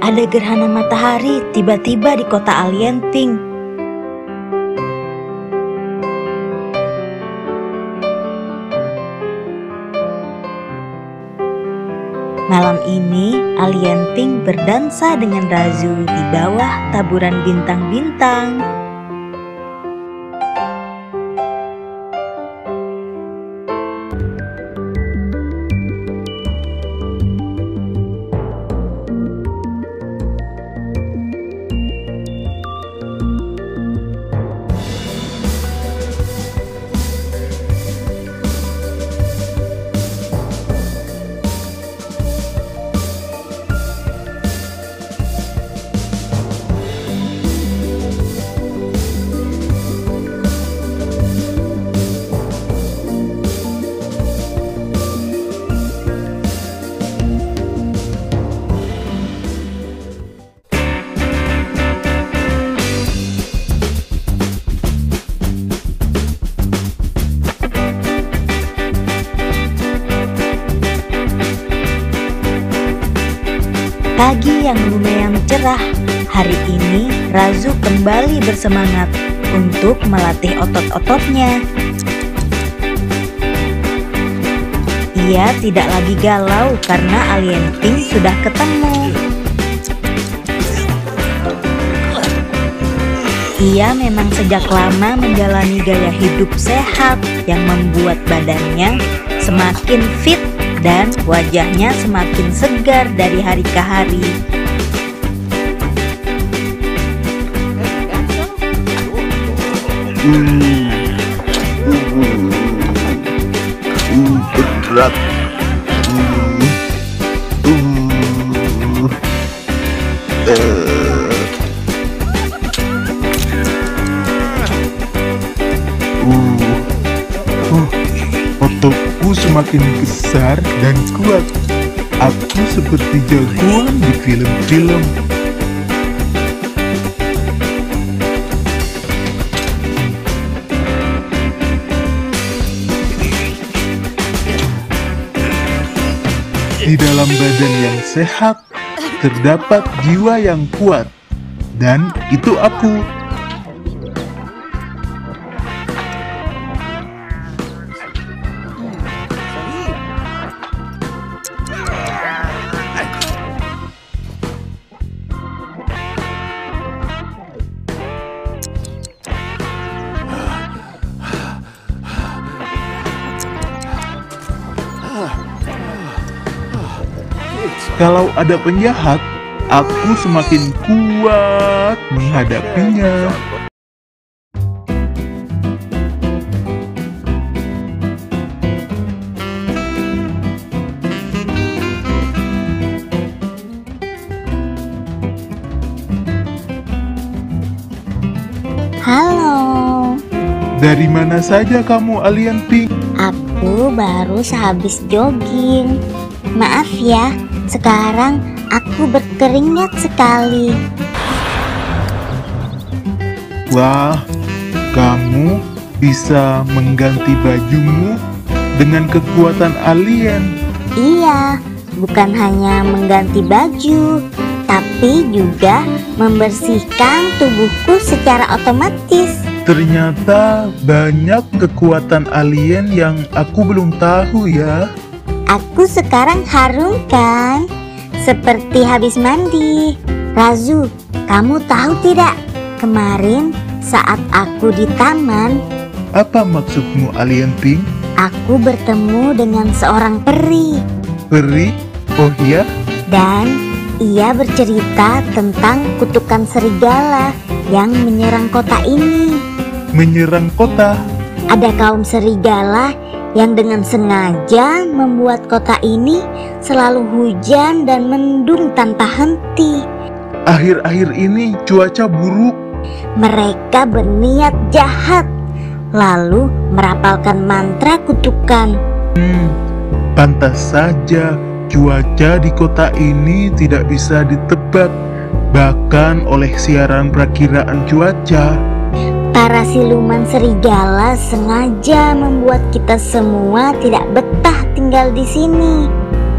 Ada gerhana matahari tiba-tiba di kota Alien Pink. Malam ini, Alien Pink berdansa dengan Razu di bawah taburan bintang-bintang. Pagi yang lumayan cerah, hari ini Razu kembali bersemangat untuk melatih otot-ototnya. Ia tidak lagi galau karena Alien Pink sudah ketemu. Ia memang sejak lama menjalani gaya hidup sehat yang membuat badannya semakin fit dan wajahnya semakin segar dari hari ke hari. Berat. Ototku semakin besar dan kuat. Aku seperti jagoan di film-film. Di dalam badan yang sehat, terdapat jiwa yang kuat. Dan itu aku. Kalau ada penjahat, aku semakin kuat menghadapinya. Halo. Dari mana saja kamu, Alien Pink? Aku baru sehabis jogging. Maaf ya, sekarang aku berkeringat sekali. Wah, kamu bisa mengganti bajumu dengan kekuatan alien. Iya, bukan hanya mengganti baju, tapi juga membersihkan tubuhku secara otomatis. Ternyata banyak kekuatan alien yang aku belum tahu ya. Aku sekarang harum kan? Seperti habis mandi. Razu, kamu tahu tidak? Kemarin saat aku di taman, Apa maksudmu, Alien Pink? aku bertemu dengan seorang peri. Peri? Oh iya? Dan ia bercerita tentang kutukan serigala yang menyerang kota ini. Menyerang kota? Ada kaum serigala yang dengan sengaja membuat kota ini selalu hujan dan mendung tanpa henti. Akhir-akhir ini cuaca buruk. Mereka berniat jahat, lalu merapalkan mantra kutukan. Pantas saja cuaca di kota ini tidak bisa ditebak, bahkan oleh siaran perakiraan cuaca. Para siluman serigala sengaja membuat kita semua tidak betah tinggal di sini.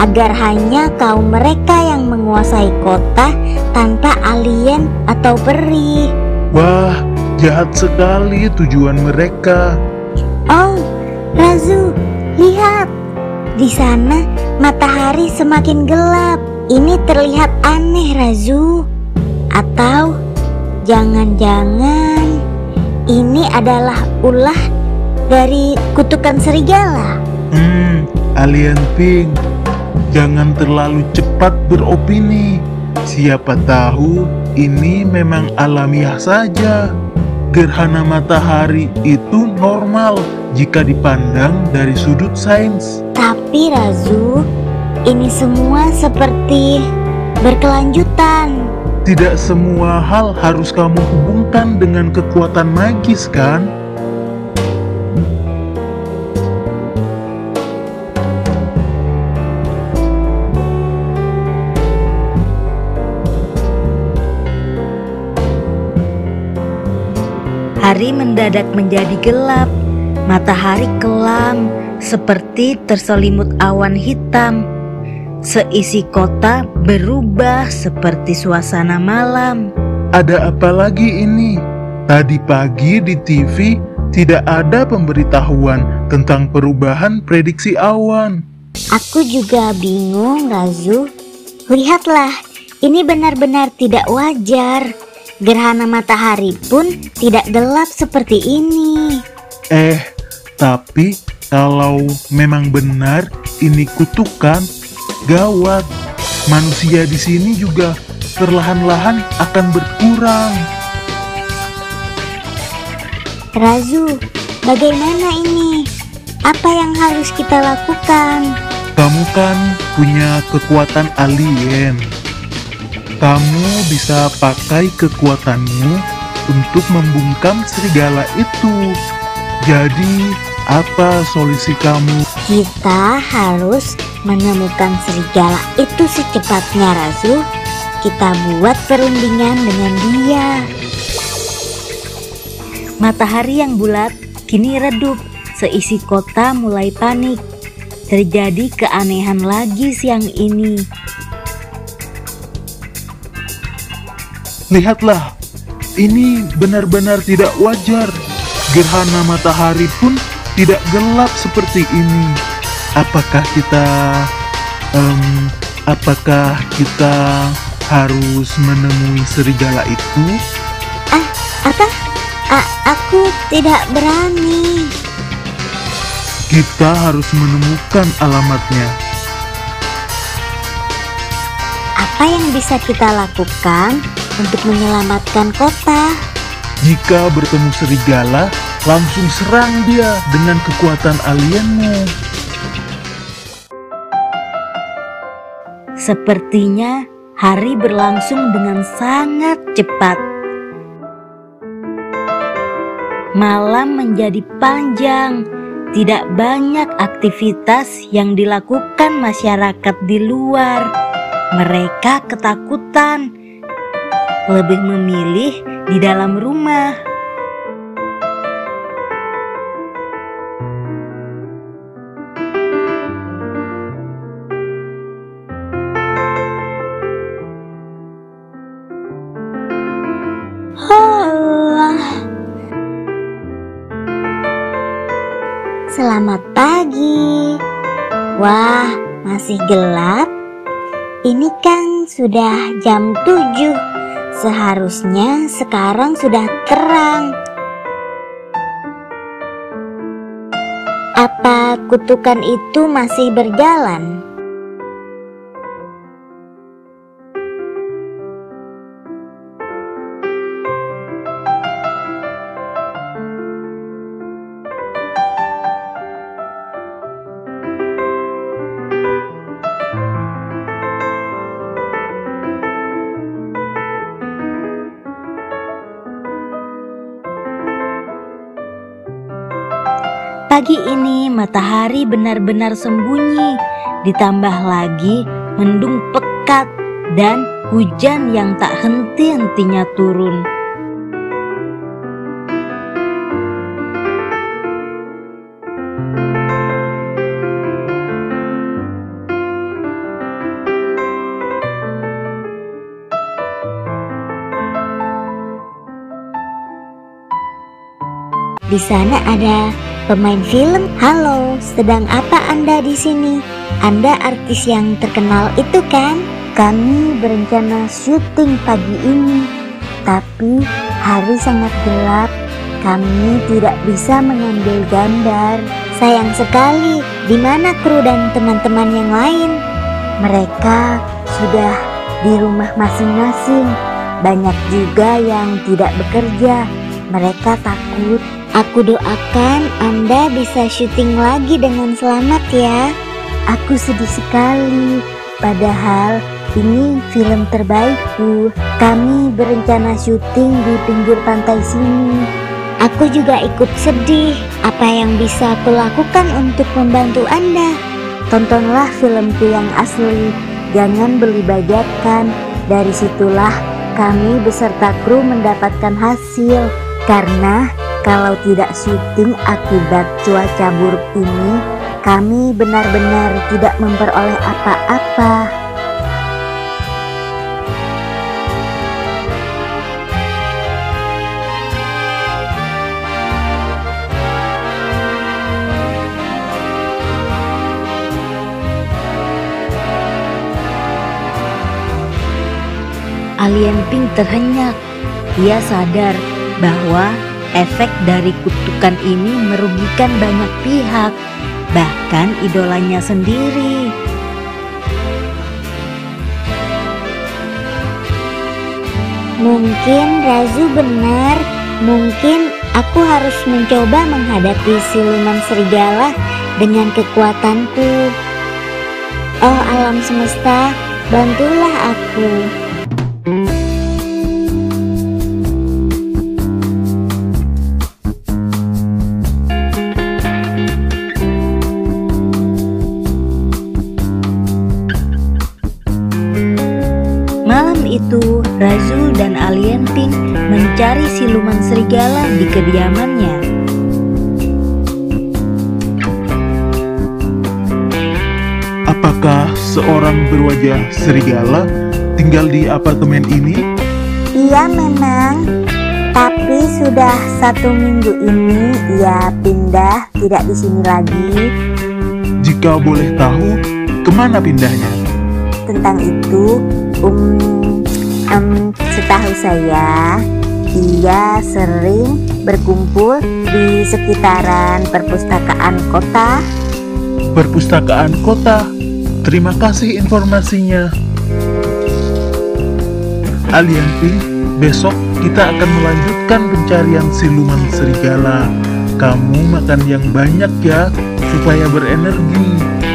agar hanya kaum mereka yang menguasai kota tanpa alien atau peri. Wah, jahat sekali tujuan mereka. Oh, Razu, lihat. Di sana matahari semakin gelap. Ini terlihat aneh, Razu. Atau jangan-jangan ini adalah ulah dari kutukan serigala. Alien Pink, jangan terlalu cepat beropini. Siapa tahu ini memang alamiah saja. Gerhana matahari itu normal jika dipandang dari sudut sains. Tapi Razu, ini semua seperti berkelanjutan. Tidak semua hal harus kamu hubungkan dengan kekuatan magis, kan? Hari mendadak menjadi gelap, matahari kelam seperti terselimut awan hitam. Seisi kota berubah seperti suasana malam. Ada apa lagi ini? Tadi pagi di TV tidak ada pemberitahuan tentang perubahan prediksi awan. Aku juga bingung, Razu. Lihatlah, ini benar-benar tidak wajar. Gerhana matahari pun tidak gelap seperti ini. Tapi kalau memang benar ini kutukan, gawat. Manusia di sini juga perlahan-lahan akan berkurang. Razu, bagaimana ini? Apa yang harus kita lakukan? Kamu kan punya kekuatan alien. Kamu bisa pakai kekuatanmu untuk membungkam serigala itu. Jadi, apa solusi kamu? Kita harus menemukan serigala itu secepatnya, Razu. Kita buat perundingan dengan dia. Matahari yang bulat kini redup, seisi kota mulai panik. Terjadi keanehan lagi siang ini. Lihatlah, ini benar-benar tidak wajar. Gerhana matahari pun tidak gelap seperti ini. Apakah kita harus menemui serigala itu? Aku tidak berani. Kita harus menemukan alamatnya. Apa yang bisa kita lakukan untuk menyelamatkan kota? Jika bertemu serigala, langsung serang dia dengan kekuatan alienmu. Sepertinya hari berlangsung dengan sangat cepat. Malam menjadi panjang, tidak banyak aktivitas yang dilakukan masyarakat di luar. Mereka ketakutan, lebih memilih di dalam rumah. Selamat pagi. Wah, masih gelap. Ini kan sudah jam 7. Seharusnya sekarang sudah terang. Apa kutukan itu masih berjalan? Pagi ini matahari benar-benar sembunyi, ditambah lagi mendung pekat dan hujan yang tak henti-hentinya turun. Di sana ada pemain film. Halo, sedang apa Anda di sini? Anda artis yang terkenal itu kan? Kami berencana syuting pagi ini, tapi hari sangat gelap. Kami tidak bisa mengambil gambar. Sayang sekali. Di mana kru dan teman-teman yang lain? Mereka sudah di rumah masing-masing. Banyak juga yang tidak bekerja. Mereka takut. Aku doakan Anda bisa syuting lagi dengan selamat ya. Aku sedih sekali. Padahal ini film terbaikku. Kami berencana syuting di pinggir pantai sini. Aku juga ikut sedih. Apa yang bisa aku lakukan untuk membantu Anda? Tontonlah filmku yang asli. Jangan beli bajakan. Dari situlah kami beserta kru mendapatkan hasil. Karena kalau tidak syuting akibat cuaca buruk ini, kami benar-benar tidak memperoleh apa-apa. Alien Pink terhenyak. Ia sadar bahwa efek dari kutukan ini merugikan banyak pihak, bahkan idolanya sendiri. Mungkin Razu benar. Mungkin aku harus mencoba menghadapi siluman serigala dengan kekuatanku. Oh alam semesta, bantulah aku. Malam itu, Razul dan Alien Pink mencari siluman serigala di kediamannya. Apakah seorang berwajah serigala tinggal di apartemen ini? Iya memang, tapi sudah 1 minggu ini ia pindah, tidak di sini lagi. Jika boleh tahu, kemana pindahnya? Tentang itu, setahu saya, ia sering berkumpul di sekitaran perpustakaan kota. Perpustakaan kota. Terima kasih informasinya. Alien Pink, besok kita akan melanjutkan pencarian siluman serigala. Kamu makan yang banyak ya, supaya berenergi.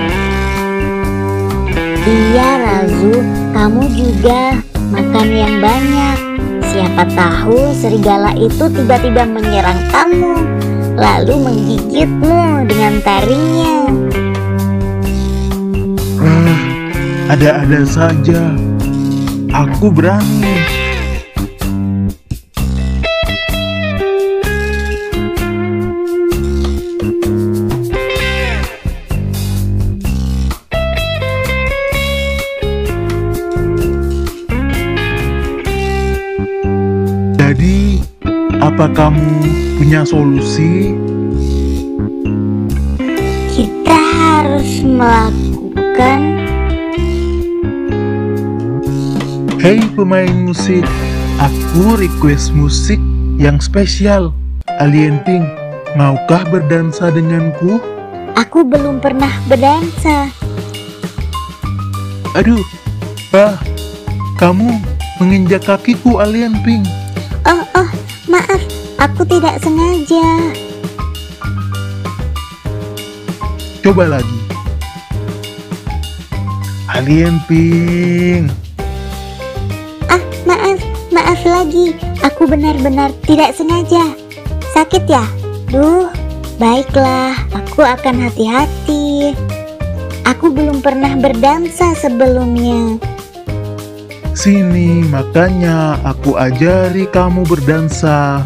Iya Razu, kamu juga makan yang banyak. Siapa tahu serigala itu tiba-tiba menyerang kamu, lalu menggigitmu dengan taringnya. Ada-ada saja. Aku berani. Jadi, apa kamu punya solusi? Kita harus melakukan. Hei pemain musik, aku request musik yang spesial. Alien Pink, maukah berdansa denganku? Aku belum pernah berdansa. Aduh, kamu menginjak kakiku, Alien Pink. Oh, maaf, aku tidak sengaja. Coba lagi. Alien Pink. Maaf lagi, aku benar-benar tidak sengaja. Sakit ya? Baiklah, aku akan hati-hati. Aku belum pernah berdansa sebelumnya. Sini, makanya aku ajari kamu berdansa.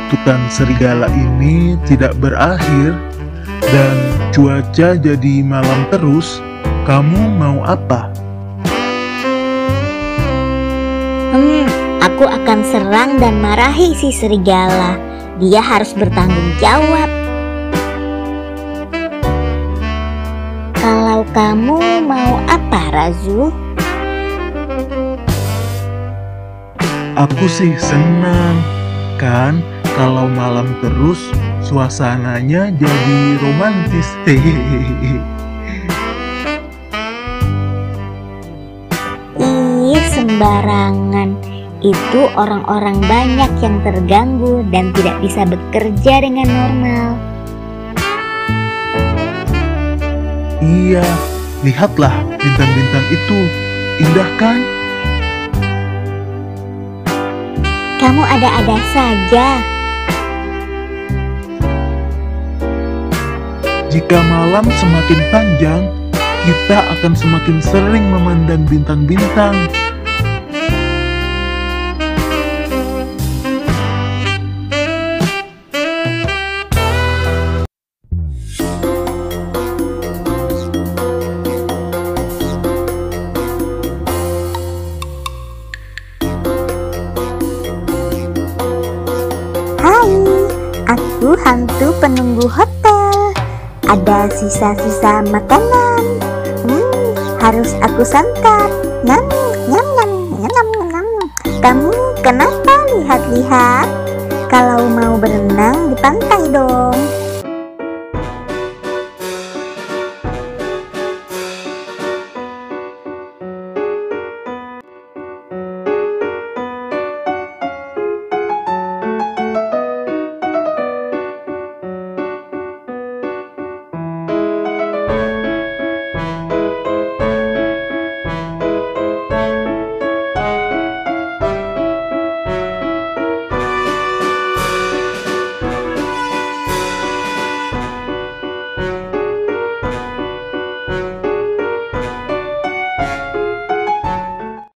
kutukan serigala ini tidak berakhir dan cuaca jadi malam terus, kamu mau apa? Aku akan serang dan marahi si serigala. Dia harus bertanggung jawab. Kalau kamu mau apa, Razu? Aku sih senang, kan kalau malam terus suasananya jadi romantis. Ih, sembarangan. Itu orang-orang banyak yang terganggu dan tidak bisa bekerja dengan normal. Iya, lihatlah bintang-bintang itu, indah kan? Kamu ada-ada saja. Jika malam semakin panjang, kita akan semakin sering memandang bintang-bintang. Hai, aku hantu penunggu hotel. Ada sisa-sisa makanan. Harus aku santap. Nyam, nyam, nyam, nyam, nyam. Kamu kenapa lihat-lihat? Kalau mau berenang di pantai dong.